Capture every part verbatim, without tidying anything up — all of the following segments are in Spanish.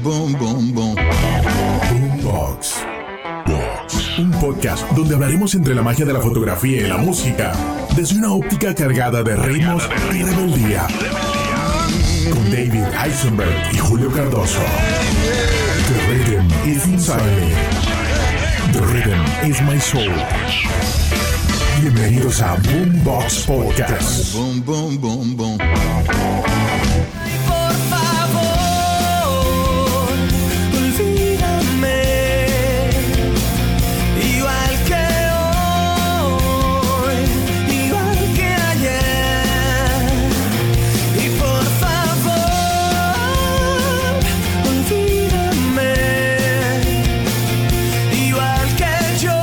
boom, boom, boom. Boombox. Un podcast donde hablaremos entre la magia de la fotografía y la música, desde una óptica cargada de ritmos y rebeldía. Con David Eisenberg y Julio Cardoso. The rhythm is inside me. The rhythm is my soul. Bienvenidos a Boombox Podcast. Boom, boom, boom, boom. Por favor, olvídame, igual que hoy, igual que ayer. Y por favor, olvídame, igual que yo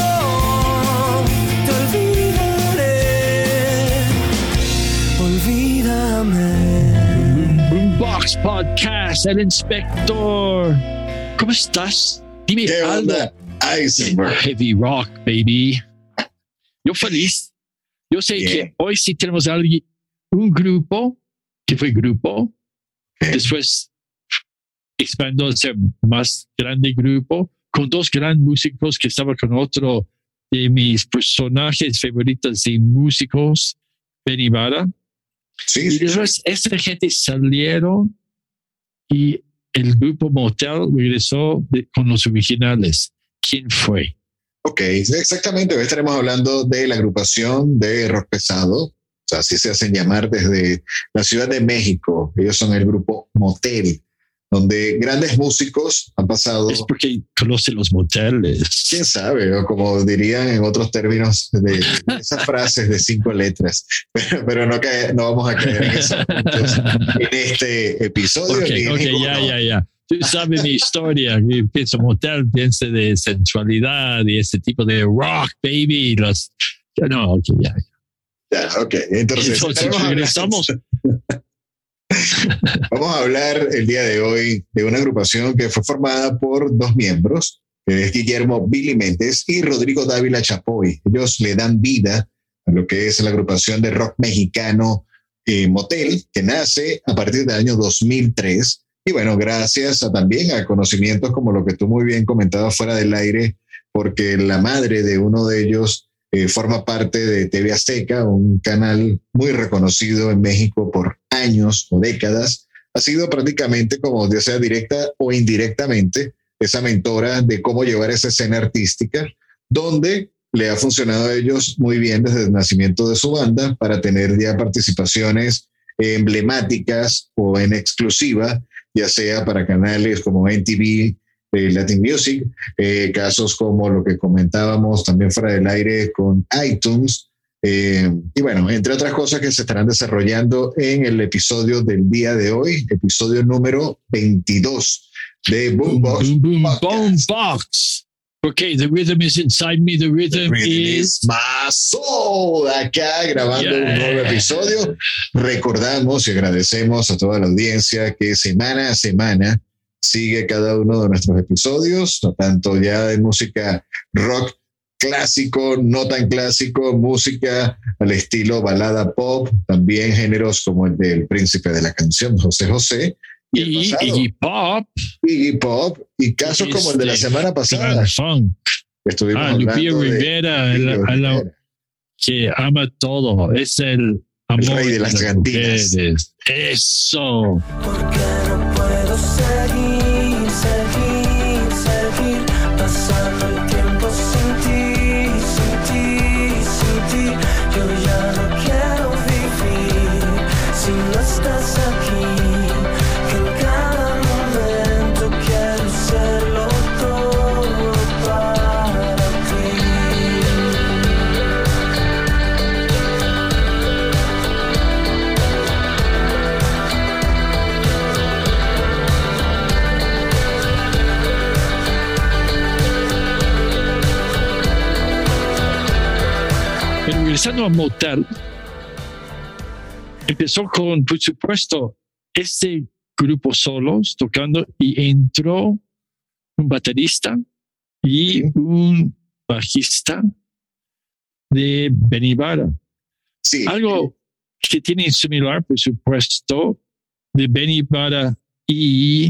te olvidaré. Olvídame. Boombox Podcast, el inspector. ¿Cómo estás? Dime ¿Qué algo. onda, Eisenberg? Heavy rock, baby. Yo feliz. Yo sé Yeah. que hoy sí tenemos alguien, un grupo, que fue grupo. Después expandió a ser más grande grupo, con dos grandes músicos que estaban con otro de mis personajes favoritos de músicos, Benny Vara. Sí, Y sí, después esta gente salieron y el grupo Motel regresó de- con los originales. ¿Quién fue? ok, exactamente. Hoy estaremos hablando de la agrupación de rock pesado, o sea, así se hacen llamar desde la Ciudad de México. Ellos son el grupo Motel, donde grandes músicos han pasado, Es porque conoce los moteles. quién sabe, o como dirían en otros términos, de, de esas frases de cinco letras, pero, pero no, cae- no vamos a caer en esos puntos en este episodio. Ok, ni en ok, ninguno. ya, ya, ya. Tú sabes mi historia. Yo pienso motel, pienso de sensualidad y ese tipo de rock, baby. Los... No, ok, ya. Ya, ok, entonces, Entonces, estaremos hablando- regresamos. Vamos a hablar el día de hoy de una agrupación que fue formada por dos miembros, que es Guillermo Billy Méndez y Rodrigo Dávila Chapoy. Ellos le dan vida a lo que es la agrupación de rock mexicano eh, Motel, que nace a partir del año dos mil tres. Y bueno, gracias a, también a conocimientos como lo que tú muy bien comentabas fuera del aire, porque la madre de uno de ellos eh, forma parte de T V Azteca, un canal muy reconocido en México por años o décadas. Ha sido prácticamente, como ya sea directa o indirectamente, esa mentora de cómo llevar esa escena artística, donde le ha funcionado a ellos muy bien desde el nacimiento de su banda para tener ya participaciones emblemáticas o en exclusiva, ya sea para canales como M T V, eh, Latin Music, eh, casos como lo que comentábamos también fuera del aire con iTunes, eh, y bueno, entre otras cosas que se estarán desarrollando en el episodio del día de hoy, episodio número veintidós de Boombox. Boom, boom, Podcast. boombox. Okay, the rhythm is inside me. The rhythm, Rhythm is. is my soul. Acá grabando Yeah. un nuevo episodio. Recordamos y agradecemos a toda la audiencia que semana a semana sigue cada uno de nuestros episodios, tanto ya de música rock clásico, no tan clásico, música al estilo balada pop, también géneros como el del príncipe de la canción, José José, y el Y pasado, Iggy Pop. Iggy Pop, y casos como el de la Este, semana pasada. Grand Funk. Estuvimos Ah, hablando Lupillo de Rivera, Lupillo el- a la- Rivera. que ama todo. Es el amor rey de las cantinas. mujeres. Eso. Porque no puedo seguir, seguir, seguir pasando el tiempo sin ti, sin ti, sin ti. Yo ya no quiero vivir si no estás aquí. Que en cada momento quiero serlo todo para ti. Pero regresando a Motel, empezó con, por supuesto, este grupo solos tocando y entró un baterista y un bajista de Benny Vara. Sí. Algo que tiene similar, por supuesto, de Benny Vara y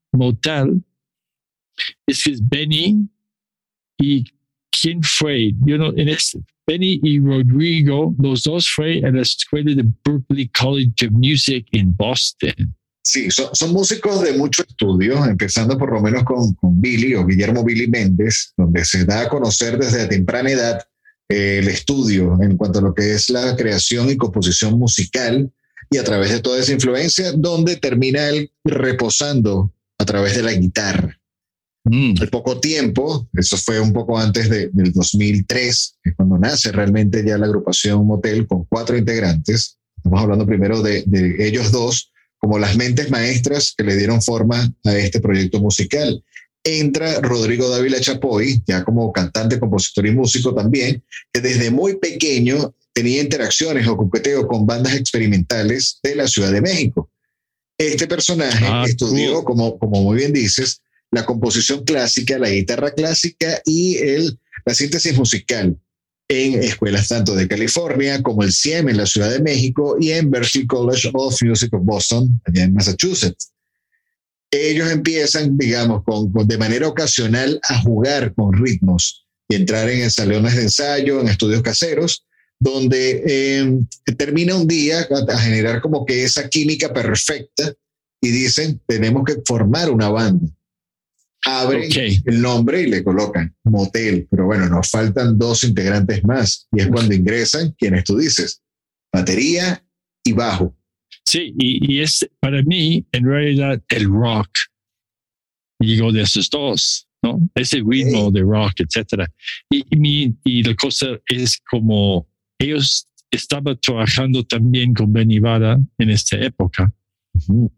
Motel es que es Benny y ¿quién fue? Yo no, en este, Benny y Rodrigo, los dos fue a la escuela de Berklee College of Music en Boston. Sí, son, son músicos de mucho estudio, empezando por lo menos con, con Billy o Guillermo Billy Méndez, donde se da a conocer desde temprana edad eh, el estudio en cuanto a lo que es la creación y composición musical, y a través de toda esa influencia, donde termina él reposando a través de la guitarra. Mm. Al poco tiempo, eso fue un poco antes de, del dos mil tres, que es cuando nace realmente ya la agrupación Motel con cuatro integrantes. Estamos hablando primero de, de ellos dos, como las mentes maestras que le dieron forma a este proyecto musical. Entra Rodrigo Dávila Chapoy, ya como cantante, compositor y músico también, que desde muy pequeño tenía interacciones o coqueteo con bandas experimentales de la Ciudad de México. Este personaje ah, estudió, cool. como, como muy bien dices, la composición clásica, la guitarra clásica y el, la síntesis musical en escuelas tanto de California como el C I E M en la Ciudad de México y en Berklee College of Music of Boston, allá en Massachusetts. Ellos empiezan, digamos, con, con, de manera ocasional a jugar con ritmos y entrar en salones de ensayo, en estudios caseros, donde eh, termina un día a, a generar como que esa química perfecta y dicen, tenemos que formar una banda. Abren okay. el nombre y le colocan Motel, pero bueno, nos faltan dos integrantes más y es cuando ingresan quienes tú dices, batería y bajo. Sí, y, y es para mí en realidad el rock, digo de esos dos, ¿no? Ese ritmo hey. de rock, etcétera. Y, y, mi, y la cosa es como ellos estaban trabajando también con Ben Ibarra en esta época. Uh-huh.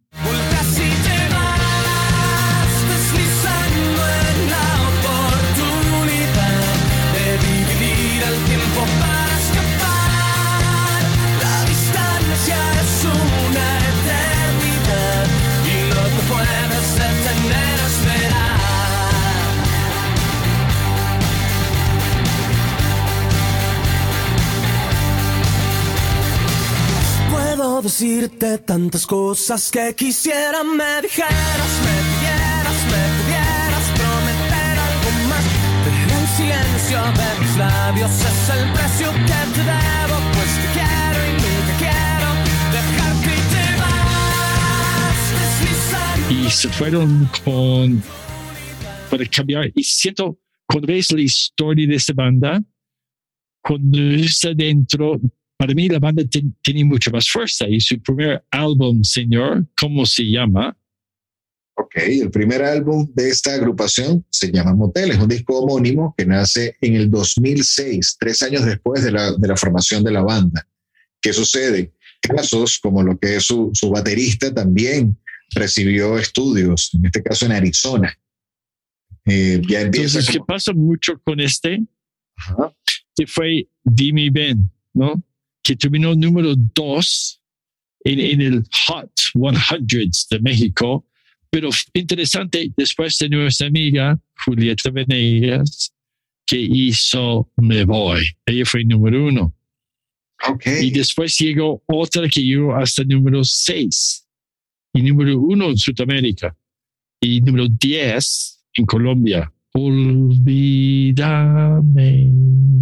Decirte tantas cosas que quisiera me dijeras, me pidieras, me pudieras prometer algo más, pero el silencio de mis labios es el precio que te debo, pues te quiero y nunca quiero dejarte y te vas deslizando. Y se fueron con para cambiar, y siento cuando ves la historia de esta banda, cuando está dentro, para mí la banda ten, tiene mucha más fuerza y su primer álbum, señor, ¿cómo se llama? Ok, el primer álbum de esta agrupación se llama Motel, es un disco homónimo que nace en el dos mil seis, tres años después de la, de la formación de la banda. ¿Qué sucede? Casos como lo que es su, su baterista también recibió estudios, en este caso en Arizona. Eh, ya empieza Entonces, como... ¿qué pasa mucho con este? Ajá. Que fue Dime Ben, ¿no? Que terminó número dos en, en el Hot cien de México, pero interesante, después de nuestra amiga Julieta Venegas, que hizo Me Voy, ella fue número uno. Okay. Y después llegó otra que llegó hasta número seis, y número uno en Sudamérica, y número diez en Colombia. Olvídame.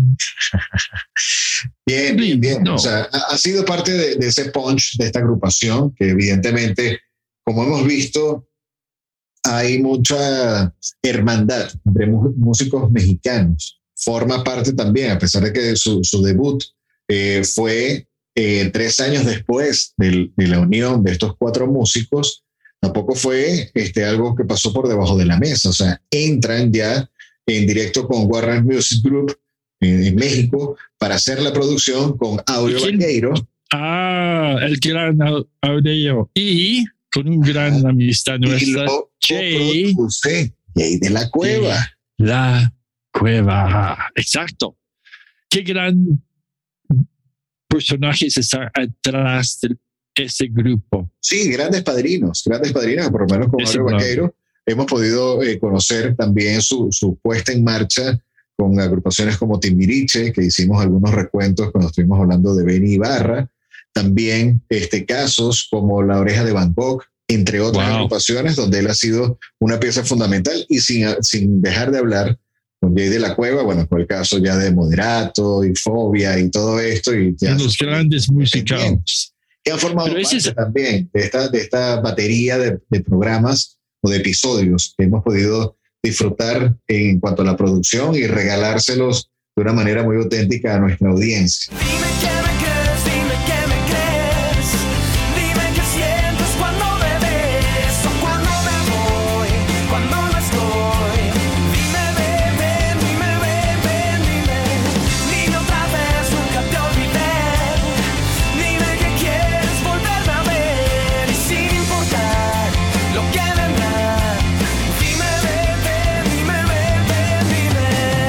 Bien, bien, bien. No. O sea, ha sido parte de, de ese punch de esta agrupación que evidentemente, como hemos visto, hay mucha hermandad entre músicos mexicanos. Forma parte también, a pesar de que su, su debut eh, fue eh, tres años después de, de la unión de estos cuatro músicos, tampoco fue este, algo que pasó por debajo de la mesa. O sea, entran ya en directo con Warner Music Group en, en México para hacer la producción con Audio Vaqueiro. Ah, el gran Audio. Y con un gran ah, amistad nuestra, Jay. Jay de la Cueva. De la Cueva. Exacto. Qué gran personajes están atrás de ese grupo. Sí, grandes padrinos, grandes padrinos, por lo menos con Audio Vaqueiro. Hemos podido eh, conocer también su, su puesta en marcha con agrupaciones como Timbiriche, que hicimos algunos recuentos cuando estuvimos hablando de Benny Ibarra. También este, casos como La Oreja de Van Gogh, entre otras Wow. agrupaciones donde él ha sido una pieza fundamental, y sin, sin dejar de hablar con Jay de la Cueva, bueno, fue el caso ya de Moderato y Fobia y todo esto. Y ya En los grandes musicales. que han formado Pero ese parte es- también de esta, de esta batería de, de programas o de episodios que hemos podido disfrutar en cuanto a la producción y regalárselos de una manera muy auténtica a nuestra audiencia. Dime que me crees, dime que me crees. Dime qué sientes cuando me ves o cuando me voy, cuando no estoy. Dime, ven, ven, dime, ven, ven, dime. Dime otra vez, nunca te olvidé. Dime que quieres volverme a ver y sin importar lo que vendrá. Dime, ven, ven, dime, ven, ven, dime.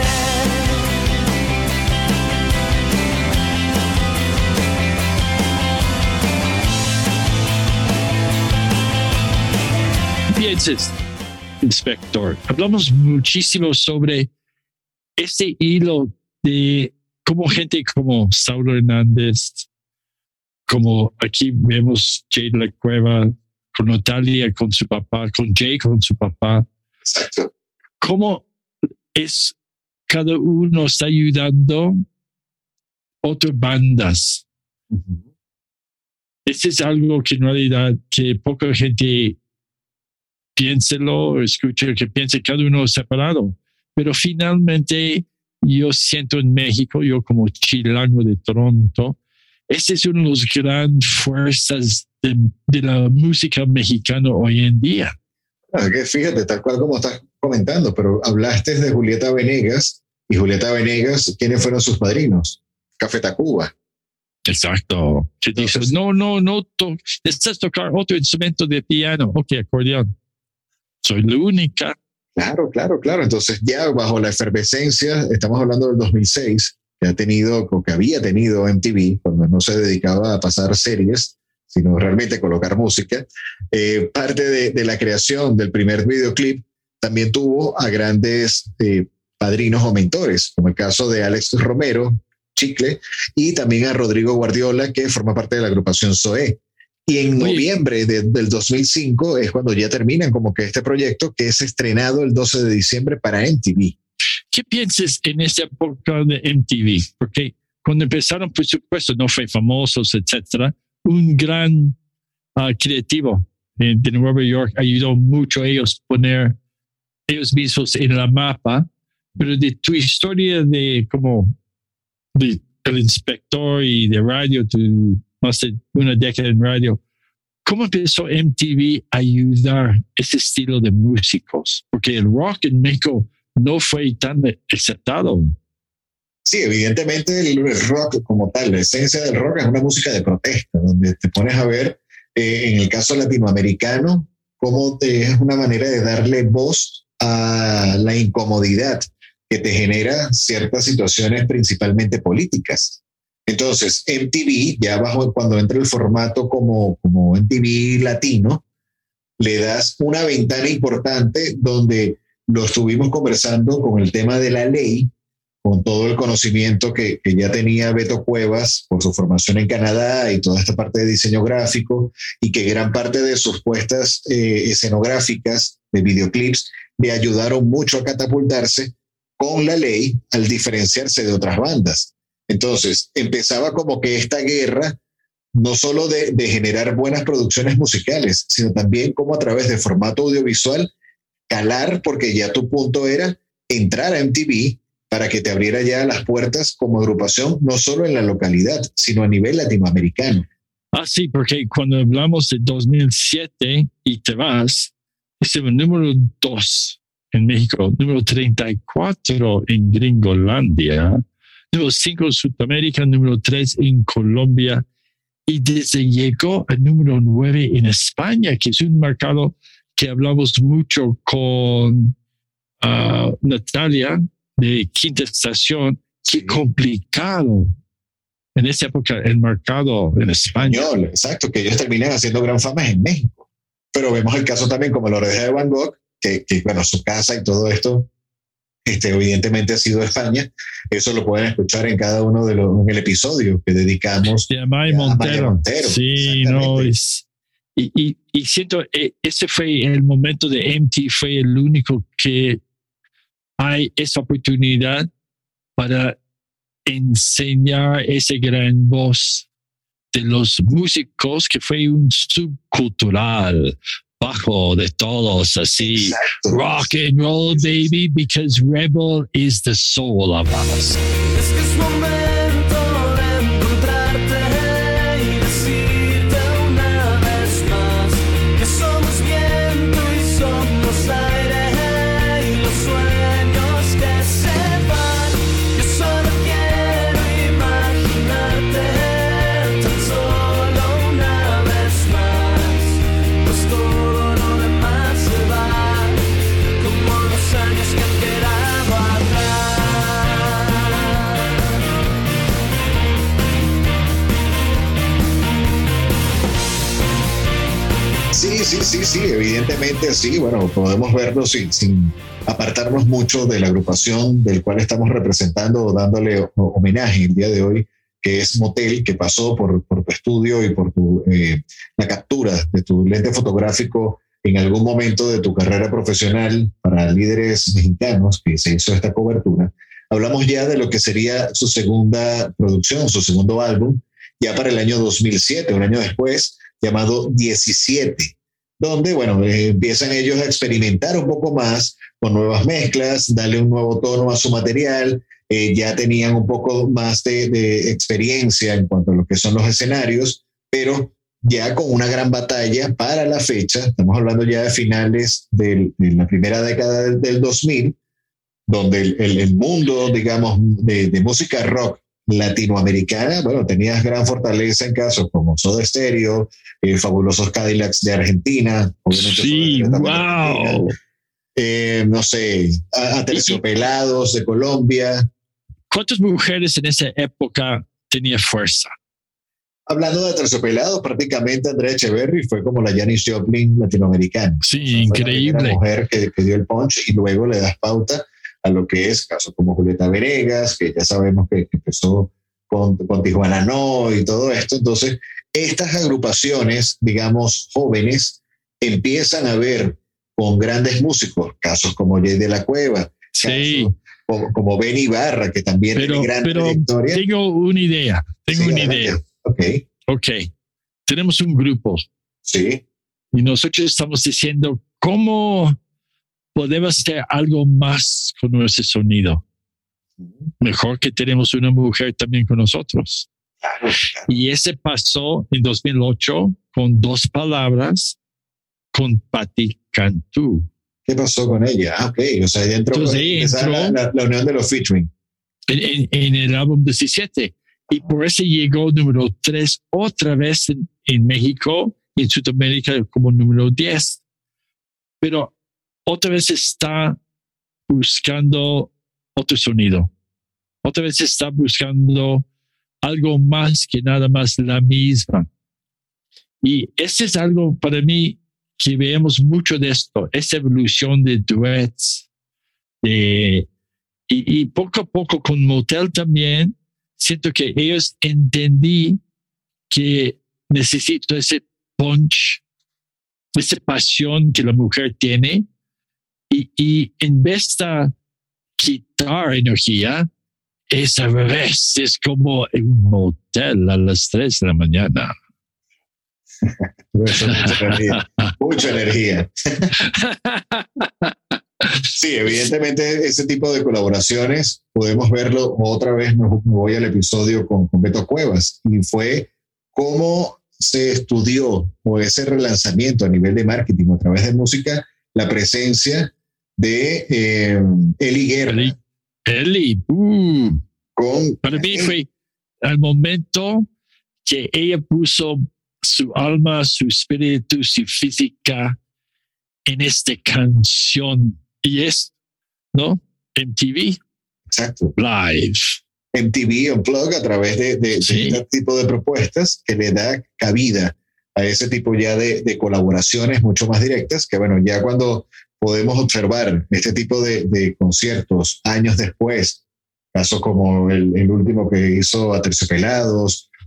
Pienses, inspector, hablamos muchísimo sobre este hilo de cómo gente como Saulo Hernández, como aquí vemos Jay de la Cueva, con Natalia, con su papá, con Jay, con su papá, Exacto. cómo es cada uno está ayudando otras bandas. Este es algo que en realidad que poca gente piénselo, escuche, que piense cada uno separado. Pero finalmente yo siento en México, yo como chilango de Toronto, este es una de las grandes fuerzas de, de la música mexicana hoy en día. Ah, que fíjate, tal cual como estás comentando, pero hablaste de Julieta Venegas, y Julieta Venegas, ¿quiénes fueron sus padrinos? Café Tacuba. Exacto. Que dice, Entonces- no, no, no, to necesitas tocar otro instrumento de piano. Ok, acordeón. Soy la única. Claro, claro, claro. Entonces ya bajo la efervescencia, estamos hablando del dos mil seis, que ha tenido, o que había tenido M T V, cuando no se dedicaba a pasar series, sino realmente colocar música. Eh, parte de, de la creación del primer videoclip también tuvo a grandes eh, padrinos o mentores, como el caso de Alex Romero, Chicle, y también a Rodrigo Guardiola, que forma parte de la agrupación Zoé. Y en Oye. noviembre de, del dos mil cinco es cuando ya terminan como que este proyecto, que es estrenado el doce de diciembre para M T V. ¿Qué piensas en esta época de M T V? Porque cuando empezaron, por supuesto, no fue famosos, etcétera. Un gran uh, creativo de, de Nueva York ayudó mucho a ellos poner ellos mismos en la mapa. Pero de tu historia de como de, el inspector y de radio, tu más de una década en radio, ¿cómo empezó M T V a ayudar ese estilo de músicos? Porque el rock en México no fue tan aceptado. Sí, evidentemente el, el rock como tal, la esencia del rock es una música de protesta, donde te pones a ver, eh, en el caso latinoamericano, cómo te, es una manera de darle voz a la incomodidad que te genera ciertas situaciones principalmente políticas. Entonces, M T V, ya bajo cuando entra el formato como, como M T V latino, le das una ventana importante donde lo estuvimos conversando con el tema de la ley, con todo el conocimiento que, que ya tenía Beto Cuevas por su formación en Canadá y toda esta parte de diseño gráfico, y que gran parte de sus puestas eh, escenográficas de videoclips le ayudaron mucho a catapultarse con la ley al diferenciarse de otras bandas. Entonces, empezaba como que esta guerra, no solo de, de generar buenas producciones musicales, sino también como a través de formato audiovisual, calar, porque ya tu punto era entrar a M T V para que te abriera ya las puertas como agrupación, no solo en la localidad, sino a nivel latinoamericano. Ah, sí, porque cuando hablamos de dos mil siete y te vas, es el número dos en México, número treinta y cuatro en Gringolandia, número cinco en Sudamérica, número tres en Colombia, y desde llegó al número nueve en España, que es un mercado que hablamos mucho con uh, Natalia de Quinta Estación. Qué complicado en esa época el mercado en España. Español, exacto, que ellos terminan haciendo gran fama en México. Pero vemos el caso también como la Oreja de Van Gogh, que, que bueno, su casa y todo esto, este, evidentemente ha sido España. Eso lo pueden escuchar en cada uno de los, en el episodio que dedicamos de Amaya a Montero. Amaya Montero. Sí, no, es, Y, y, y siento, eh, ese fue el momento de M T V, fue el único que hay esa oportunidad para enseñar esa gran voz de los músicos, que fue un subcultural bajo de todos, así. Exacto. Rock and roll, baby, because rebel is the soul of us. Es que es momento de encontrarte y decirte una vez más que somos viento y somos aire y los sueños que se van. Yo solo quiero imaginarte tan solo una vez más, pues todo lo demás se va como los años que han quedado atrás. Sí, sí, sí, sí, evidentemente sí. Bueno, podemos verlo sin, sin apartarnos mucho de la agrupación del cual estamos representando o dándole homenaje el día de hoy, que es Motel, que pasó por, por tu estudio y por tu, eh, la captura de tu lente fotográfico en algún momento de tu carrera profesional para líderes mexicanos, que se hizo esta cobertura. Hablamos ya de lo que sería su segunda producción, su segundo álbum, ya para el año dos mil siete, un año después, llamado diecisiete, donde, bueno, eh, empiezan ellos a experimentar un poco más con nuevas mezclas, darle un nuevo tono a su material. Eh, ya tenían un poco más de, de experiencia en cuanto a lo que son los escenarios, pero ya con una gran batalla para la fecha. Estamos hablando ya de finales del, de la primera década del, del dos mil, donde el, el, el mundo, digamos, de, de música rock latinoamericana, bueno, tenías gran fortaleza en casos como Soda Stereo, eh, Fabulosos Cadillacs de Argentina, obviamente. Sí, wow. Argentina, eh, no sé, Aterciopelados de Colombia. ¿Cuántas mujeres en esa época tenía fuerza? Hablando de Aterciopelados, prácticamente Andrea Echeverry fue como la Janis Joplin latinoamericana. Sí, o sea, increíble. Fue la mujer que, que dio el punch y luego le das pauta a lo que es casos como Julieta Venegas, que ya sabemos que, que empezó con, con Tijuana No y todo esto. Entonces, estas agrupaciones, digamos, jóvenes, empiezan a ver con grandes músicos, casos como Jay de la Cueva, sí. casos como, como Ben Ibarra, que también pero, tiene gran pero trayectoria. Tengo una idea, tengo Sí, una adelante. idea. Ok. Ok, tenemos un grupo Sí. y nosotros estamos diciendo cómo podemos hacer algo más con nuestro sonido. Mejor que tenemos una mujer también con nosotros. Claro, claro. Y ese pasó en dos mil ocho con Dos Palabras con Patti Cantú. ¿Qué pasó con ella? Ah, ok. O sea, ella entró, Entonces, ahí entró la, la, la unión de los featuring. En, en, en el álbum diecisiete. Y por eso llegó número tres otra vez en, en México y en Sudamérica como número diez. Pero otra vez está buscando otro sonido. Otra vez está buscando algo más que nada más la misma. Y ese es algo para mí que vemos mucho de esto, esa evolución de duets. De, y, y poco a poco con Motel también, siento que ellos entendí que necesito ese punch, esa pasión que la mujer tiene. Y, y en vez de quitar energía, es al revés, es como un motel a las tres de la mañana. Mucha energía. Mucha energía. Sí, evidentemente ese tipo de colaboraciones podemos verlo otra vez. Me voy al episodio con, con Beto Cuevas y fue cómo se estudió o ese relanzamiento a nivel de marketing a través de música, la presencia de eh, Eli Guerra. Eli, Eli uh, con, para mí fue al momento que ella puso su alma, su espíritu, su física en esta canción. Y es, ¿no? M T V. Exacto. Live. M T V Unplugged a través de, de, Sí. de este tipo de propuestas que le da cabida a ese tipo ya de, de colaboraciones mucho más directas, que bueno, ya cuando podemos observar este tipo de, de conciertos años después, casos como el, el último que hizo Aterciopelados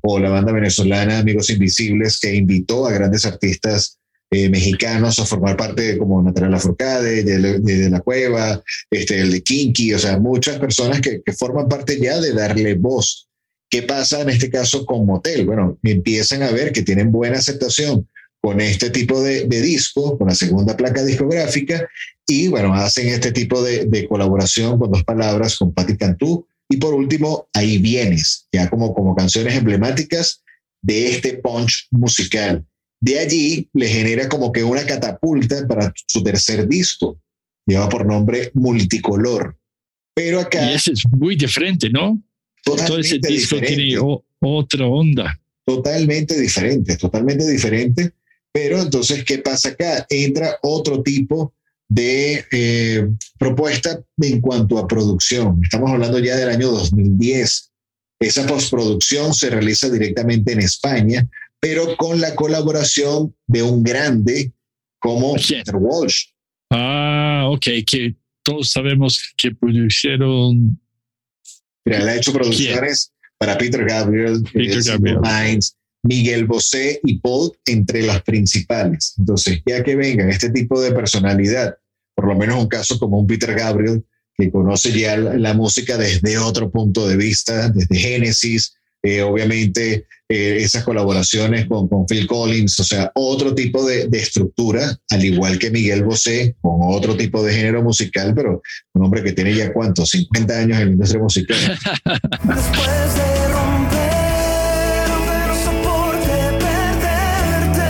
o la banda venezolana Amigos Invisibles, que invitó a grandes artistas eh, mexicanos a formar parte de, como Natalia Lafourcade, de, de, de La Cueva, este, el de Kinky, o sea, muchas personas que, que forman parte ya de darle voz. ¿Qué pasa en este caso con Motel? Bueno, empiezan a ver que tienen buena aceptación con este tipo de, de disco, con la segunda placa discográfica, y bueno, hacen este tipo de, de colaboración con Dos Palabras, con Patti Cantú, y por último, Ahí Vienes, ya como, como canciones emblemáticas de este punch musical. De allí le genera como que una catapulta para su tercer disco, lleva por nombre Multicolor. Pero acá... Y ese es muy diferente, ¿no? Todo ese disco diferente. Tiene o, otra onda. Totalmente diferente, totalmente diferente. Pero entonces, ¿qué pasa acá? Entra otro tipo de eh, propuesta en cuanto a producción. Estamos hablando ya del año dos mil diez. Esa postproducción se realiza directamente en España, pero con la colaboración de un grande como Peter Walsh. Ah, ok, que todos sabemos que produjeron... Mira, él ha hecho producciones ¿Quién? Para Peter Gabriel, Peter Gabriel. Minds, Miguel Bosé y Paul, entre las principales. Entonces, ya que vengan este tipo de personalidad, por lo menos un caso como un Peter Gabriel, que conoce ya la, la música desde otro punto de vista, desde Génesis, eh, obviamente eh, esas colaboraciones con, con Phil Collins, o sea, otro tipo de, de estructura, al igual que Miguel Bosé, con otro tipo de género musical, pero un hombre que tiene ya ¿cuántos? cincuenta años en la industria musical. Después de romper, aunque no soporte perderte,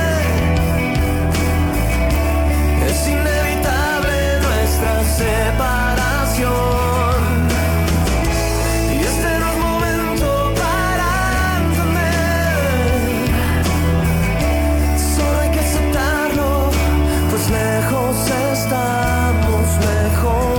es inevitable nuestra separación. Y este no es momento para entender, solo hay que aceptarlo, pues lejos estamos mejor.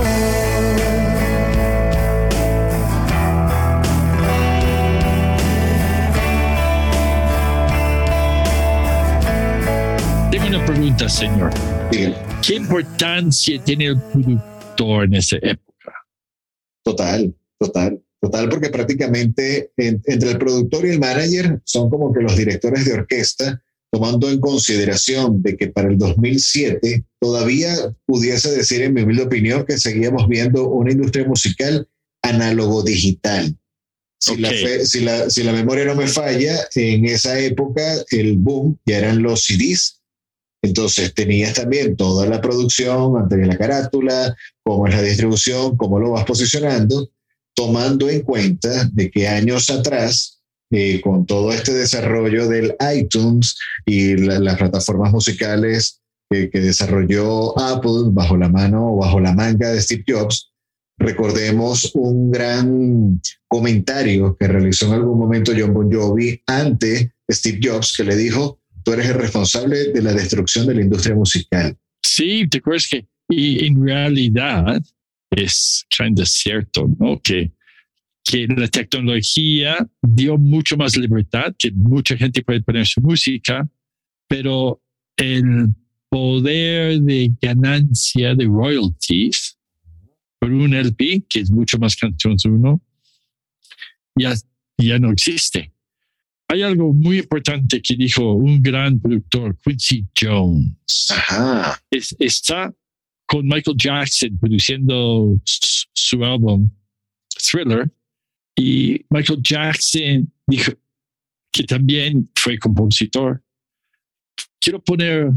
Tengo una pregunta, señor. Sí. ¿Qué importancia tiene el productor en esa época? Total, total, total, porque prácticamente en, entre el productor y el manager son como que los directores de orquesta, tomando en consideración de que para el dos mil siete todavía pudiese decir, en mi humilde opinión, que seguíamos viendo una industria musical análogo-digital. Si, okay. la fe, si, la, si la memoria no me falla, en esa época el boom ya eran los C Ds. Entonces tenías también toda la producción, antes de la carátula, cómo es la distribución, cómo lo vas posicionando, tomando en cuenta de que años atrás, eh, con todo este desarrollo del iTunes y la, las plataformas musicales que, que desarrolló Apple bajo la mano o bajo la manga de Steve Jobs, recordemos un gran comentario que realizó en algún momento Jon Bon Jovi ante Steve Jobs, que le dijo: tú eres el responsable de la destrucción de la industria musical. Sí, te acuerdas que y en realidad es kind of cierto, ¿no? Que, que la tecnología dio mucho más libertad, que mucha gente puede poner su música, pero el poder de ganancia de royalties por un L P, que es mucho más canciones uno, ya, ya no existe. Hay algo muy importante que dijo un gran productor, Quincy Jones. Ajá. Es, está con Michael Jackson produciendo su, su álbum Thriller, y Michael Jackson dijo que también fue compositor. Quiero poner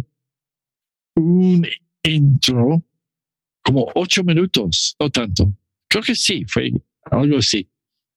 un intro como ocho minutos, no tanto. Creo que sí, fue algo así.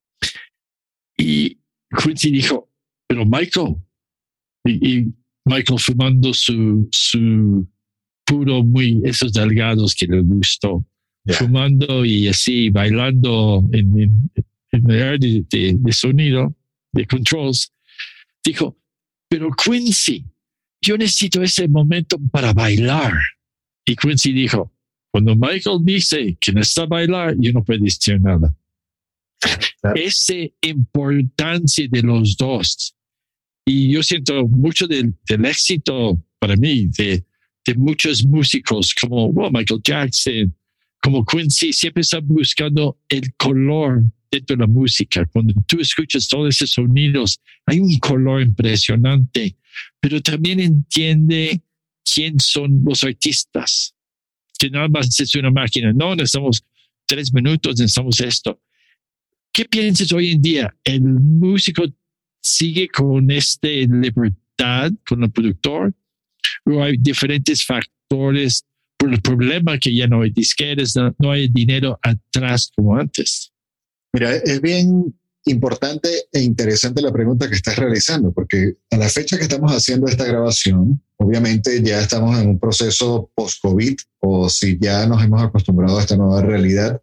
Y Quincy dijo, pero Michael, y, y Michael fumando su, su puro muy, esos delgados que le gustó, yeah. fumando y así, bailando en, en, en el área de, de, de sonido, de controls, dijo, pero Quincy, yo necesito ese momento para bailar. Y Quincy dijo, cuando Michael dice que necesita bailar, yo no puedo decir nada. Esa importancia de los dos. Y yo siento mucho del, del éxito para mí de, de muchos músicos como well, Michael Jackson, como Quincy, siempre están buscando el color dentro de la música. Cuando tú escuchas todos esos sonidos, hay un color impresionante, pero también entiende quién son los artistas, que nada más es una máquina. No, necesitamos tres minutos, necesitamos esto. ¿Qué piensas hoy en día? ¿El músico sigue con esta libertad con el productor? ¿O hay diferentes factores por el problema que ya no hay disquetes, no, no hay dinero atrás como antes? Mira, es bien importante e interesante la pregunta que estás realizando, porque a la fecha que estamos haciendo esta grabación, obviamente ya estamos en un proceso post-COVID, o si ya nos hemos acostumbrado a esta nueva realidad,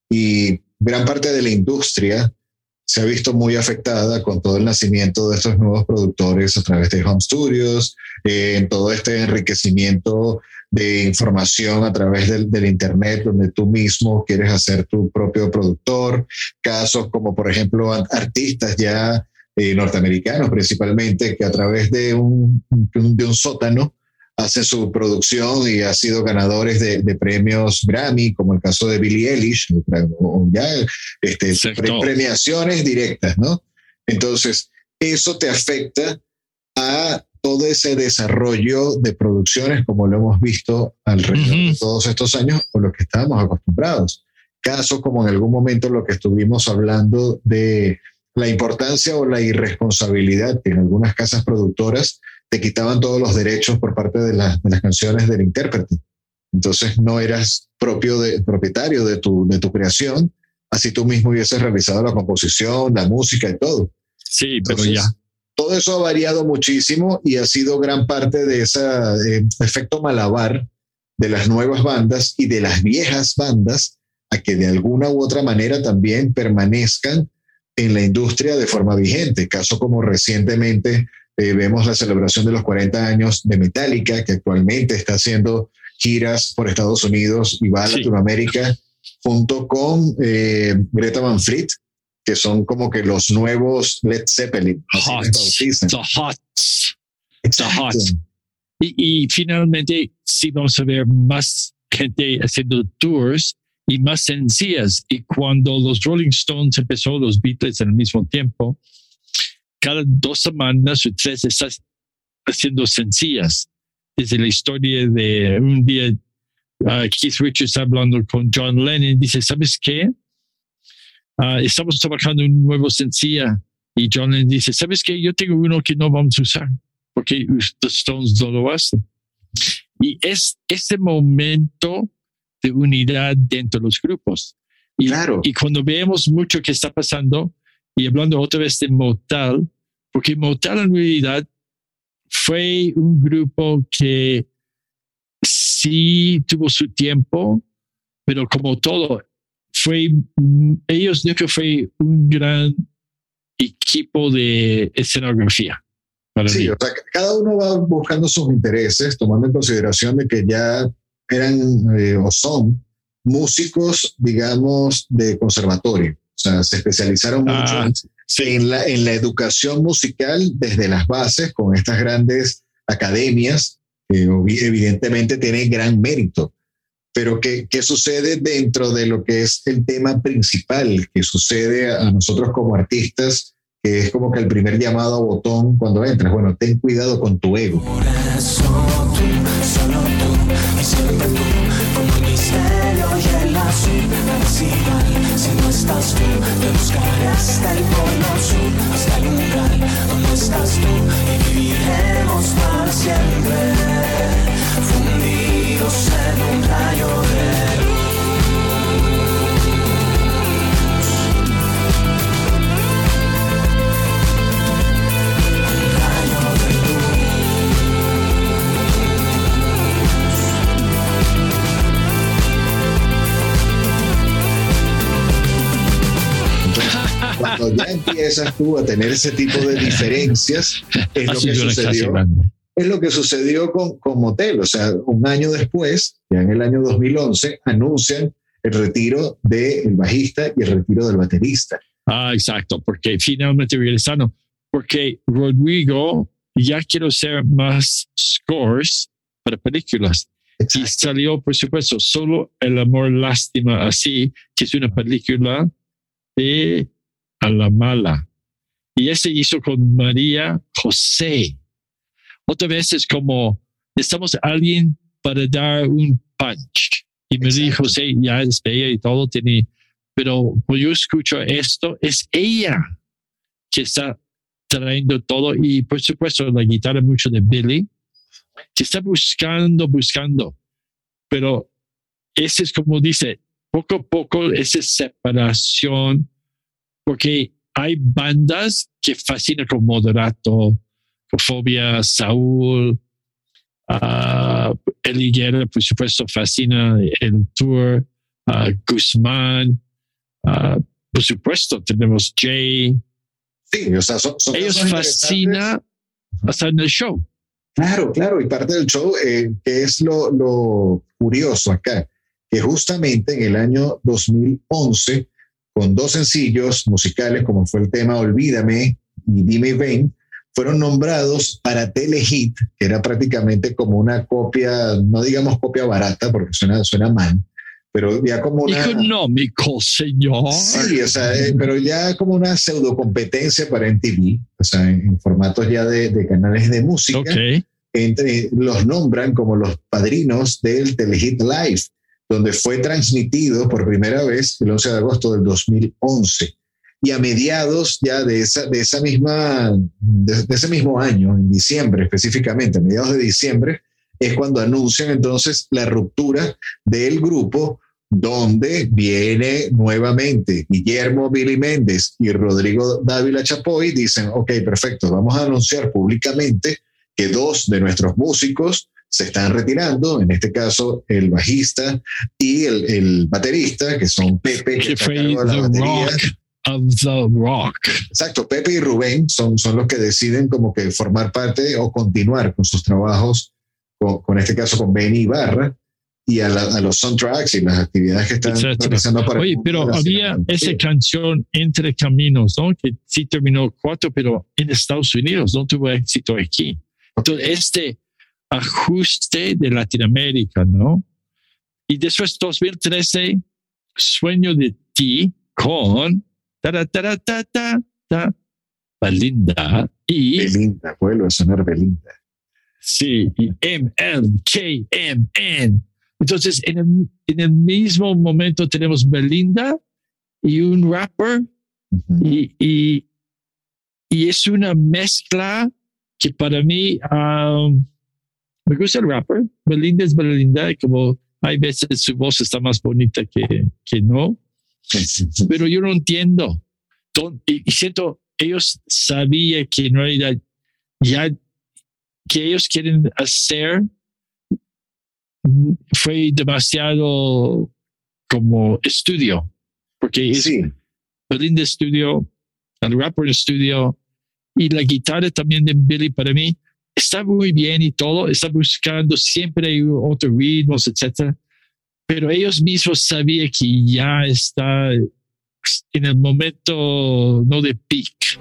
y gran parte de la industria se ha visto muy afectada con todo el nacimiento de estos nuevos productores a través de home studios, eh, en todo este enriquecimiento de información a través del, del internet, donde tú mismo quieres hacer tu propio productor. Casos como, por ejemplo, artistas ya eh, norteamericanos principalmente, que a través de un, de un sótano hacen su producción y han sido ganadores de, de premios Grammy, como el caso de Billie Eilish, o ya este, pre premiaciones directas, ¿no? Entonces, eso te afecta a todo ese desarrollo de producciones como lo hemos visto alrededor uh-huh. de todos estos años o lo que estábamos acostumbrados. Casos como en algún momento lo que estuvimos hablando de la importancia o la irresponsabilidad que en algunas casas productoras te quitaban todos los derechos por parte de, la, de las canciones del intérprete. Entonces no eras propio de, propietario de tu, de tu creación, así tú mismo hubieses realizado la composición, la música y todo. Sí, Entonces, pero ya. Todo eso ha variado muchísimo y ha sido gran parte de ese eh, efecto malabar de las nuevas bandas y de las viejas bandas a que de alguna u otra manera también permanezcan en la industria de forma vigente. Caso como recientemente eh, vemos la celebración de los cuarenta años de Metallica, que actualmente está haciendo giras por Estados Unidos y va a sí. Latinoamérica junto con eh, Greta Van Fleet, que son como que los nuevos Led Zeppelin. Hots, the Hots, the Hots. Y, y finalmente sí vamos a ver más gente haciendo tours y más sencillas. Y cuando los Rolling Stones empezó, los Beatles al mismo tiempo, cada dos semanas o tres estás haciendo sencillas. Desde la historia de un día, uh, Keith Richards hablando con John Lennon, dice, ¿sabes qué? Uh, estamos trabajando en un nuevo sencilla y John Lennon dice, ¿sabes qué? Yo tengo uno que no vamos a usar porque los Stones no lo hacen. Y es ese momento de unidad dentro de los grupos. Y, claro. y cuando vemos mucho que está pasando, y hablando otra vez de Motal, porque Motal en realidad fue un grupo que sí tuvo su tiempo, pero como todo, fue, ellos nunca fue un gran equipo de escenografía. Sí, o sea, cada uno va buscando sus intereses, tomando en consideración de que ya eran eh, o son músicos, digamos, de conservatorio. O sea, se especializaron ah, mucho sí. en, la, en la educación musical desde las bases, con estas grandes academias, que evidentemente tienen gran mérito. Pero ¿qué, ¿qué sucede dentro de lo que es el tema principal que sucede a nosotros como artistas? Que es como que el primer llamado a botón cuando entras. Bueno, ten cuidado con tu ego. Por eso tú, solo tú, y siempre tú, como el misterio y el azul, principal. Si no estás tú, te buscaré hasta el polo sur, hasta el umbral, donde estás tú, y viviremos para siempre, fundidos en un rayo de luz. Cuando ya empiezas tú a tener ese tipo de diferencias, es lo que sucedió, es lo que sucedió con, con Motel. O sea, un año después, ya en el año dos mil once, anuncian el retiro del bajista y el retiro del baterista. Ah, exacto, porque finalmente regresaron. Porque Rodrigo ya quiere hacer más scores para películas. Exacto. Y salió, por supuesto, Solo el amor lástima así, que es una película de a la mala. Y ese hizo con María José. Otra vez es como, necesitamos a alguien para dar un punch. Y María José ya es bella y todo tiene, pero cuando yo escucho esto, es ella que está trayendo todo. Y por supuesto, la guitarra mucho de Billy, que está buscando, buscando. Pero ese es como dice, poco a poco esa separación, porque hay bandas que fascinan con Moderato, Fobia, Saúl, uh, Eli Guerra, por supuesto, fascina el tour, uh, Guzmán, uh, por supuesto, tenemos Jay. Sí, o sea, son, son ellos fascinan hasta en el show. Claro, claro, y parte del show, eh, que es lo, lo curioso acá, que justamente en el año dos mil once, con dos sencillos musicales, como fue el tema Olvídame y Dime Ven, fueron nombrados para Telehit, que era prácticamente como una copia, no digamos copia barata, porque suena, suena mal, pero ya como una... Económico, señor. Sí, o sea, eh, pero ya como una pseudo competencia para M T V, o sea, en, en formatos ya de, de canales de música. Okay. Entre, los nombran como los padrinos del Telehit Live, donde fue transmitido por primera vez el once de agosto del dos mil once. Y a mediados ya de, esa, de, esa misma, de, de ese mismo año, en diciembre específicamente, a mediados de diciembre, es cuando anuncian entonces la ruptura del grupo, donde viene nuevamente Guillermo Billy Méndez y Rodrigo Dávila Chapoy. Dicen, ok, perfecto, vamos a anunciar públicamente que dos de nuestros músicos se están retirando, en este caso el bajista y el, el baterista, que son Pepe, que, que fue The Rock of the Rock. Exacto, Pepe y Rubén son, son los que deciden como que formar parte o continuar con sus trabajos, con, con este caso con Benny Ibarra, y a, la, a los soundtracks y las actividades que están realizando para... Oye, pero había esa canción Entre Caminos, ¿no? Que sí terminó cuatro, pero en Estados Unidos no tuvo éxito aquí. Entonces, este ajuste de Latinoamérica, ¿no? Y después, dos mil trece, Sueño de Ti con ta, ta, ta, ta, ta, Belinda y... Belinda, vuelve a sonar Belinda. Sí, y M L K M N. Entonces, en el, en el mismo momento tenemos Belinda y un rapper, uh-huh. y, y, y es una mezcla que para mí um, me gusta el rapper. Belinda es Belinda, como hay veces su voz está más bonita que, que no, pero yo no entiendo. Y, y siento, ellos sabían que en realidad ya que ellos quieren hacer fue demasiado como estudio, porque es sí. Belinda estudio, el rapper estudio, y la guitarra también de Billy para mí está muy bien y todo, está buscando siempre otros ritmos, etcétera. Pero ellos mismos sabían que ya está en el momento no de peak.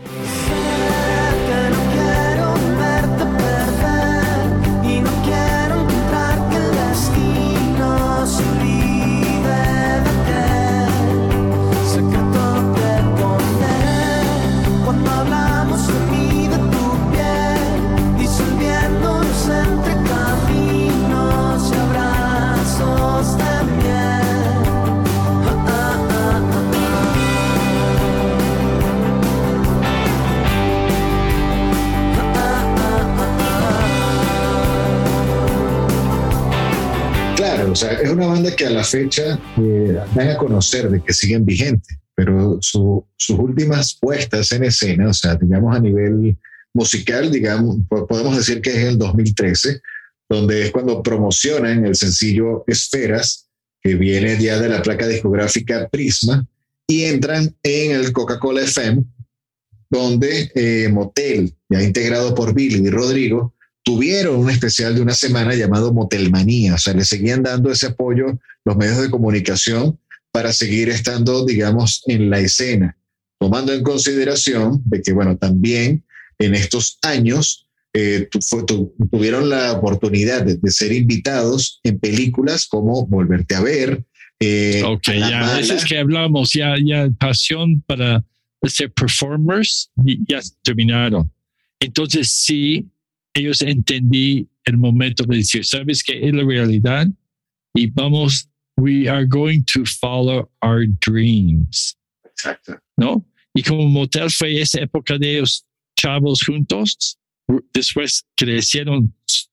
O sea, es una banda que a la fecha eh, dan a conocer de que siguen vigentes, pero su, sus últimas puestas en escena, o sea, digamos a nivel musical, digamos, podemos decir que es el dos mil trece, donde es cuando promocionan el sencillo Esferas, que viene ya de la placa discográfica Prisma, y entran en el Coca-Cola F M, donde eh, Motel, ya integrado por Billy y Rodrigo, tuvieron un especial de una semana llamado Motelmanía. O sea, le seguían dando ese apoyo los medios de comunicación para seguir estando, digamos, en la escena, tomando en consideración de que, bueno, también en estos años eh, tu, tu, tuvieron la oportunidad de, de ser invitados en películas como Volverte a Ver, Eh, ok, ya, mala, eso es que hablamos, ya, ya pasión para ser performers, ya terminaron. Entonces sí, ellos entendí el momento de decir, ¿sabes qué es la realidad? Y vamos, we are going to follow our dreams. Exacto. ¿No? Y como Motel fue esa época de ellos chavos juntos, después crecieron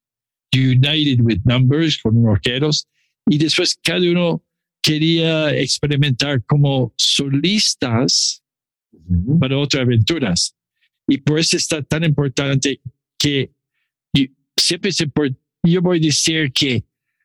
united with numbers con rockeros y después cada uno quería experimentar como solistas uh-huh. para otras aventuras. Y por eso está tan importante que siempre es importante, yo voy a decir que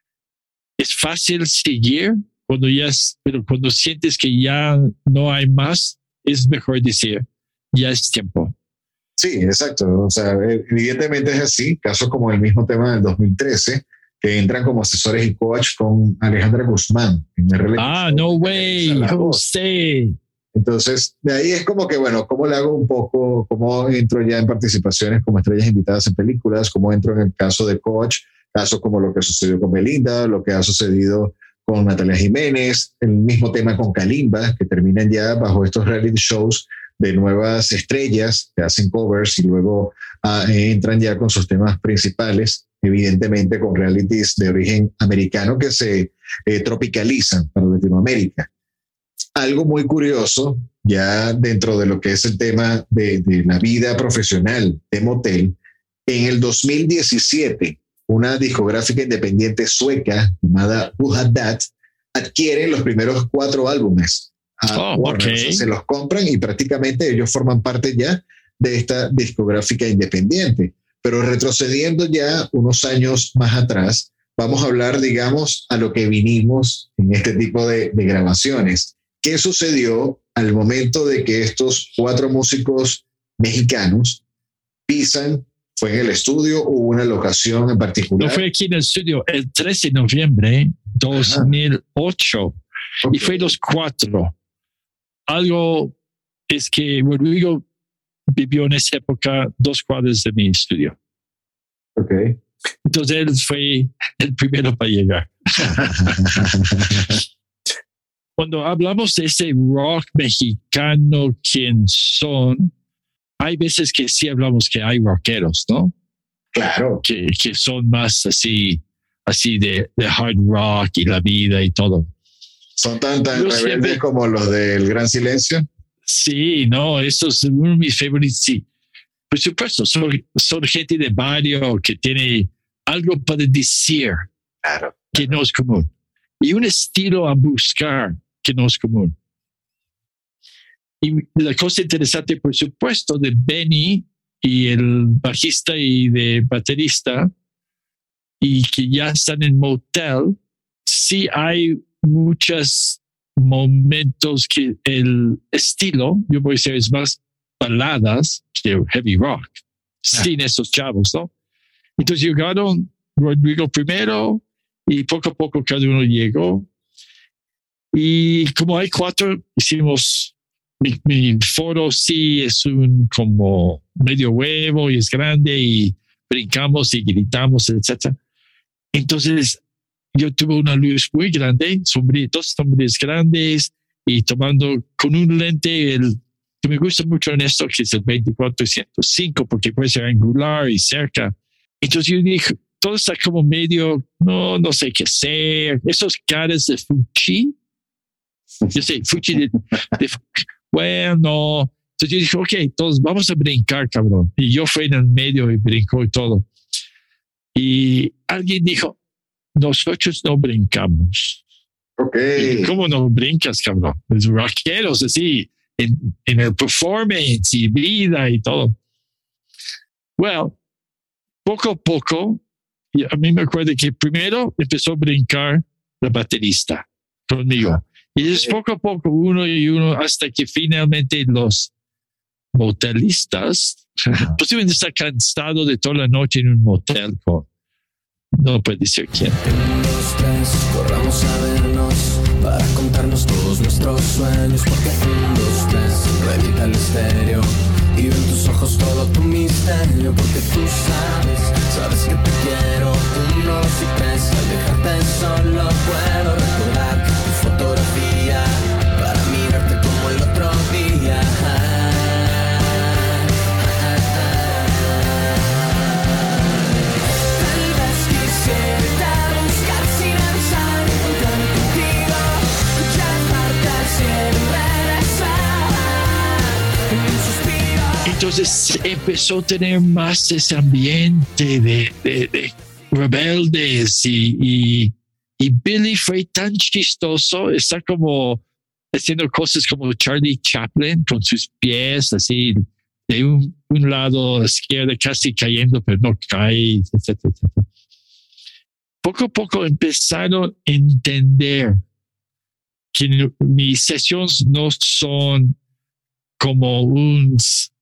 es fácil seguir cuando ya es, pero cuando sientes que ya no hay más, es mejor decir, ya es tiempo. Sí, exacto. O sea, evidentemente es así. Casos como el mismo tema del dos mil trece, que entran como asesores y coach con Alejandra Guzmán. En el ah, no way, José. Entonces, de ahí es como que, bueno, ¿cómo le hago un poco? ¿Cómo entro ya en participaciones como estrellas invitadas en películas? ¿Cómo entro en el caso de coach? Casos como lo que sucedió con Belinda, lo que ha sucedido con Natalia Jiménez, el mismo tema con Kalimba, que terminan ya bajo estos reality shows de nuevas estrellas que hacen covers y luego uh, entran ya con sus temas principales, evidentemente con realities de origen americano que se eh, tropicalizan para Latinoamérica. Algo muy curioso, ya dentro de lo que es el tema de, de la vida profesional de Motel, en el dos mil diecisiete, una discográfica independiente sueca llamada Who Had That adquiere los primeros cuatro álbumes. Oh, okay. O sea, se los compran y prácticamente ellos forman parte ya de esta discográfica independiente. Pero retrocediendo ya unos años más atrás, vamos a hablar, digamos, a lo que vinimos en este tipo de, de grabaciones. ¿Qué sucedió al momento de que estos cuatro músicos mexicanos pisan? ¿Fue en el estudio o hubo una locación en particular? No, fue aquí en el estudio el trece de noviembre de dos mil ocho. Okay. Y fue los cuatro. Algo es que Rodrigo vivió en esa época dos cuadras de mi estudio. Okay. Entonces él fue el primero para llegar. Cuando hablamos de ese rock mexicano, ¿quién son? Hay veces que sí hablamos que hay rockeros, ¿no? Claro. Que, que son más así, así de, de hard rock y la vida y todo. ¿Son tan, tan rebeldes siempre, como los del Gran Silencio? Sí, no, eso es uno de mis favoritos, sí. Por supuesto, son, son gente de barrio que tiene algo para decir claro, que claro. no es común. Y un estilo a buscar que no es común. Y la cosa interesante, por supuesto, de Benny y el bajista y de baterista, y que ya están en Motel, sí hay muchos momentos que el estilo, yo voy a decir, es más baladas que heavy rock, ah. sin esos chavos, ¿no? Entonces llegaron Rodrigo primero y poco a poco cada uno llegó. Y como hay cuatro, hicimos, mi, mi foro sí es un como medio huevo y es grande y brincamos y gritamos, etcétera. Entonces yo tuve una luz muy grande, sombrí, dos sombrías grandes y tomando con un lente el que me gusta mucho en esto, que es el veinticuatro ciento cinco, porque puede ser angular y cerca. Entonces yo dije, todo está como medio, no, no sé qué hacer. Esos caras de Fuchi, yo sé, Fuchi de, de bueno. Entonces yo dije, ok, todos vamos a brincar, cabrón. Y yo fui en el medio y brincó y todo. Y alguien dijo, nosotros no brincamos. Ok. Y, ¿cómo no brincas, cabrón? Los rockeros, así, en, en el performance y vida y todo. Well, poco a poco, a mí me acuerdo que primero empezó a brincar la baterista conmigo. Y después poco a poco, uno y uno, hasta que finalmente los motelistas, posiblemente está cansado de toda la noche en un motel con, no puede decir quién. Un, dos, tres, corramos a vernos para contarnos todos nuestros sueños, porque un, dos, tres, revita el estéreo y veo en tus ojos todo tu misterio, porque tú sabes, sabes que te quiero. Un, dos y tres, al dejarte solo puedo recordar tu foto Entonces empezó a tener más ese ambiente de, de, de rebeldes y, y, y Billy fue tan chistoso, está como haciendo cosas como Charlie Chaplin con sus pies así de un, un lado a la izquierda casi cayendo, pero no cae, etcétera, etcétera. Poco a poco empezaron a entender que mis sesiones no son como un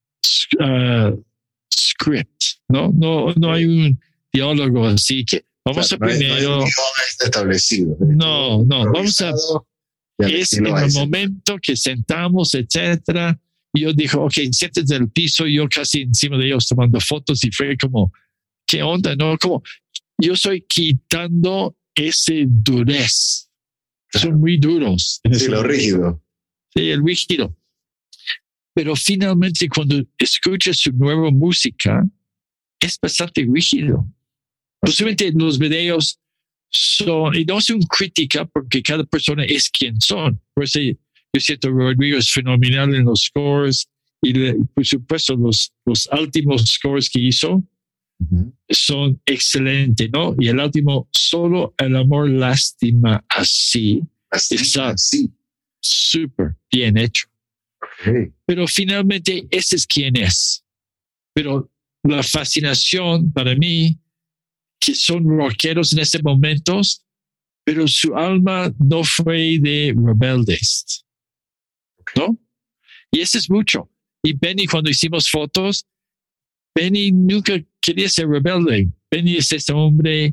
uh, script, ¿no? No, no hay un diálogo así que vamos claro, a primero. No hay, no hay un guión establecido. No, no, vamos a. Es en el ese. momento que sentamos, etcétera. Y yo dije, ok, siéntate en el piso, yo casi encima de ellos tomando fotos y fue como, ¿qué onda? No, como yo estoy quitando ese durez. Claro. Son muy duros. Sí, lo rígido. Sí, el rígido. Pero finalmente cuando escuchas su nueva música, es bastante rígido. Posiblemente los videos son, y no es una crítica porque cada persona es quien son. Por eso yo siento Rodrigo es fenomenal en los scores y le, por supuesto los, los últimos scores que hizo uh-huh. son excelentes, ¿no? Y el último, solo el amor lástima así, así está así. súper bien hecho. Okay. Pero finalmente ese es quien es. Pero la fascinación para mí, que son rockeros en ese momento, pero su alma no fue de rebeldes, ¿no? Y eso es mucho. Y Benny, cuando hicimos fotos, Benny nunca quería ser rebelde. Benny es este hombre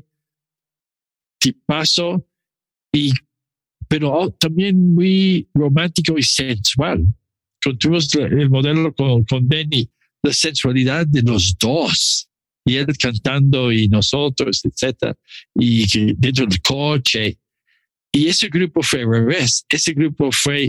tipazo, y, pero oh, también muy romántico y sensual. Tuvimos el modelo con, con Benny, la sensualidad de los dos. Y él cantando y nosotros, etcétera, y dentro del coche. Y ese grupo fue al revés. Ese grupo fue,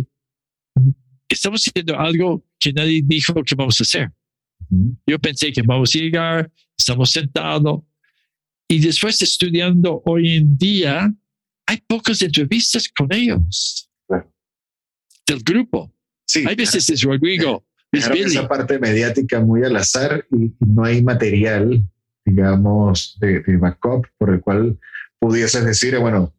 estamos haciendo algo que nadie dijo que vamos a hacer. Uh-huh. Yo pensé que vamos a llegar, estamos sentados. Y después estudiando hoy en día, hay pocas entrevistas con ellos. Bueno. Del grupo. Sí, hay veces es Rodrigo. Dejaron esa parte mediática muy al azar y no hay material, digamos, de, de backup por el cual pudieses decir, bueno,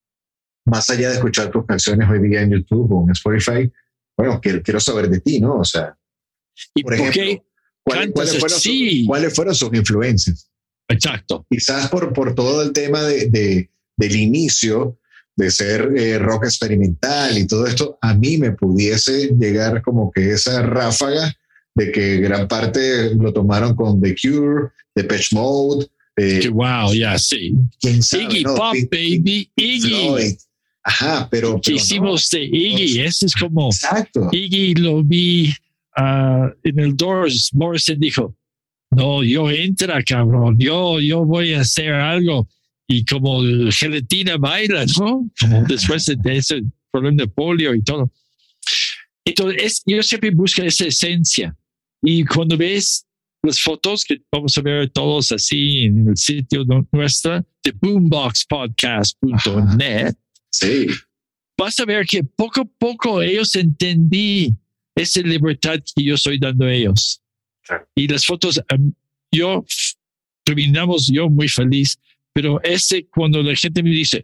más allá de escuchar tus canciones hoy día en YouTube o en Spotify, bueno, quiero, quiero saber de ti, ¿no? O sea, ¿y por por ejemplo, qué ¿cuáles, ¿cuáles, fueron sí? sus, ¿cuáles fueron sus influencias? Exacto. Quizás por, por todo el tema de, de, del inicio, de ser eh, rock experimental y todo esto, a mí me pudiese llegar como que esa ráfaga de que gran parte lo tomaron con The Cure, Depeche Mode. Eh, wow, ya, yeah, sí. ¿Quién sabe, Iggy no? Pop, Pink, baby, Iggy. Floyd. Ajá, pero... ¿Qué pero hicimos no. de Iggy? Ese es como... Exacto. Iggy lo vi uh, en el Doors. Morrison dijo, no, yo entra, cabrón. Yo, yo voy a hacer algo. Y como gelatina baila, ¿no? Como después de ese problema de polio y todo. Entonces, es, yo siempre busco esa esencia. Y cuando ves las fotos que vamos a ver todos así en el sitio nuestro de boombox podcast punto net, sí. vas a ver que poco a poco ellos entendí esa libertad que yo estoy dando a ellos. Sí. Y las fotos, um, yo terminamos yo muy feliz. Pero ese, cuando la gente me dice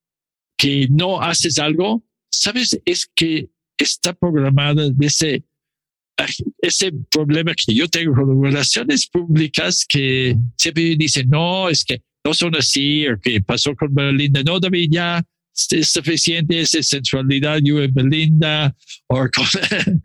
que no haces algo, ¿sabes? Es que está programada de ese, ese problema que yo tengo con las relaciones públicas que siempre dicen, no, es que no son así, o que pasó con Belinda. No, David, ya es suficiente esa sensualidad, yo y Belinda, o con,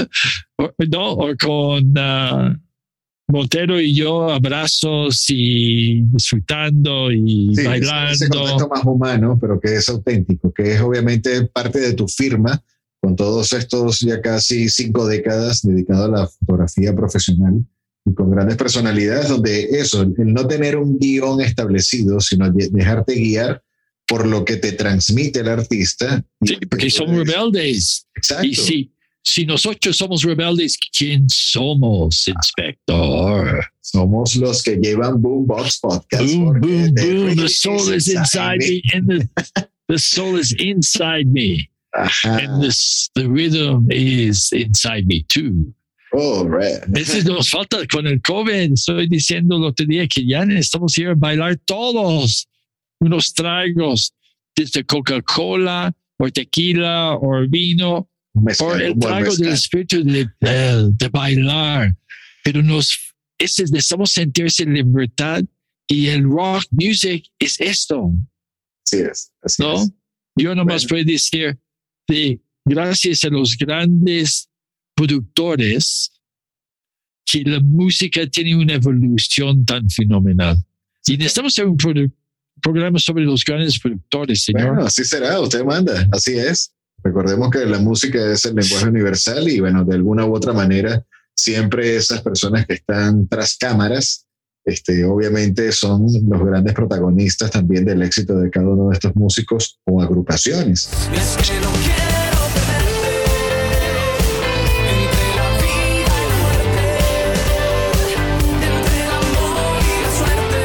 o, no, o con... Uh, Montero y yo abrazos y disfrutando y sí, bailando. Ese contacto más humano, pero que es auténtico, que es obviamente parte de tu firma con todos estos ya casi cinco décadas dedicado a la fotografía profesional y con grandes personalidades donde eso, el no tener un guión establecido, sino dejarte guiar por lo que te transmite el artista. Sí, porque son rebeldes. Exacto. Y sí. Si nosotros somos rebeldes, ¿quién somos, inspector? Somos los que llevan Boombox Podcast. Boom, boom, boom. The soul is inside me. And the, the soul is inside me. Ajá. And this, the rhythm is inside me too. Oh, right. Ese nos falta con el COVID. Estoy diciendo el otro día que ya necesitamos ir a bailar todos unos tragos, desde Coca-Cola, o tequila, o vino, Mezcal, o el buen trago mezcal. del espíritu de, de, de bailar. Pero nos, ese, necesitamos sentirse en libertad, y el rock music es esto, Así es, así ¿no? es. Yo nomás Bueno. puedo decir de gracias a los grandes productores que la música tiene una evolución tan fenomenal. Y necesitamos hacer un produ- programa sobre los grandes productores, señor. Bueno, así será, usted manda, así es. Recordemos que la música es el lenguaje universal y bueno, de alguna u otra manera, siempre esas personas que están tras cámaras, este, obviamente son los grandes protagonistas también del éxito de cada uno de estos músicos o agrupaciones. Es que no quiero perderte entre la vida y la muerte, entre el amor y la suerte.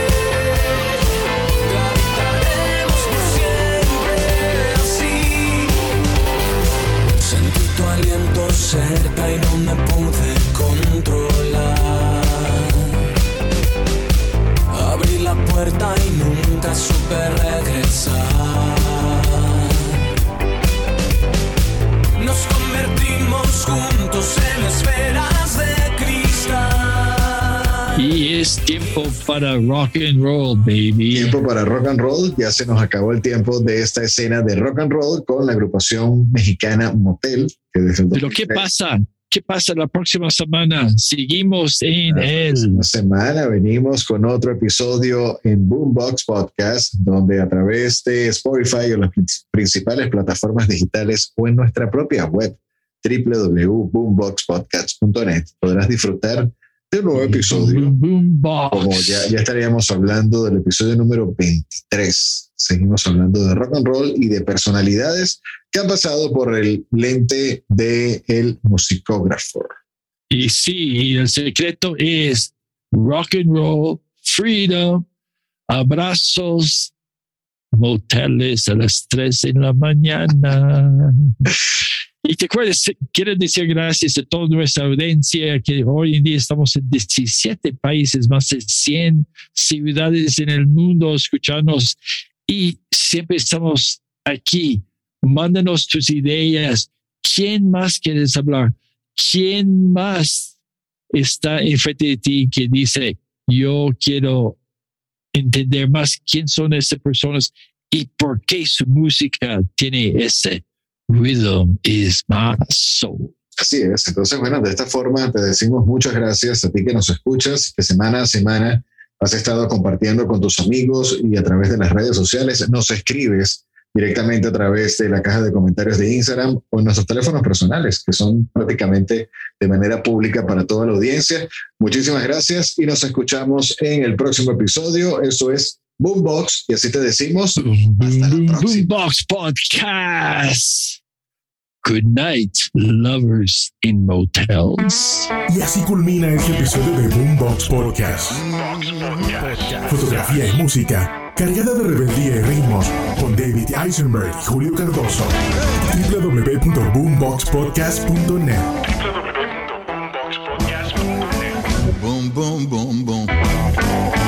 Gravitaremos por siempre así. Sentí tu aliento cerca y no me pude controlar. Abrí la puerta y nunca supe regresar. Nos convertimos juntos en esferas de cristal. Y es tiempo para rock and roll, baby. Tiempo para rock and roll, ya se nos acabó el tiempo de esta escena de rock and roll con la agrupación mexicana Motel. Que desde el Pero ¿qué pasa? ¿Qué pasa la próxima semana? Seguimos en el... Una semana venimos con otro episodio en Boombox Podcast, donde a través de Spotify o las principales plataformas digitales o en nuestra propia web doble u doble u doble u punto boombox podcast punto net podrás disfrutar de un nuevo episodio. Boombox. Como ya, ya estaríamos hablando del episodio número veintitrés. Seguimos hablando de rock and roll y de personalidades que han pasado por el lente de el musicógrafo. Y sí, y el secreto es rock and roll, freedom, abrazos, moteles a las tres de la mañana. Y te acuerdas, quiero decir gracias a toda nuestra audiencia, que hoy en día estamos en diecisiete países, más de cien ciudades en el mundo escuchándonos, y siempre estamos aquí. Mándanos tus ideas. ¿Quién más quieres hablar? ¿Quién más está enfrente de ti que dice, yo quiero entender más quién son esas personas y por qué su música tiene ese rhythm is my soul? Así es. Entonces, bueno, de esta forma te decimos muchas gracias a ti que nos escuchas, que semana a semana has estado compartiendo con tus amigos y a través de las redes sociales. Nos escribes directamente a través de la caja de comentarios de Instagram o en nuestros teléfonos personales, que son prácticamente de manera pública para toda la audiencia. Muchísimas gracias y nos escuchamos en el próximo episodio. Eso es Boombox y así te decimos. Hasta la próxima. Boombox Podcast. Good night, lovers in motels. Y así culmina este episodio de Boombox Podcast. Fotografía y música cargada de rebeldía y ritmos con David Eisenberg y Julio Cardoso. doble u doble u doble u punto boombox podcast punto net. Boom, boom, boom, boom.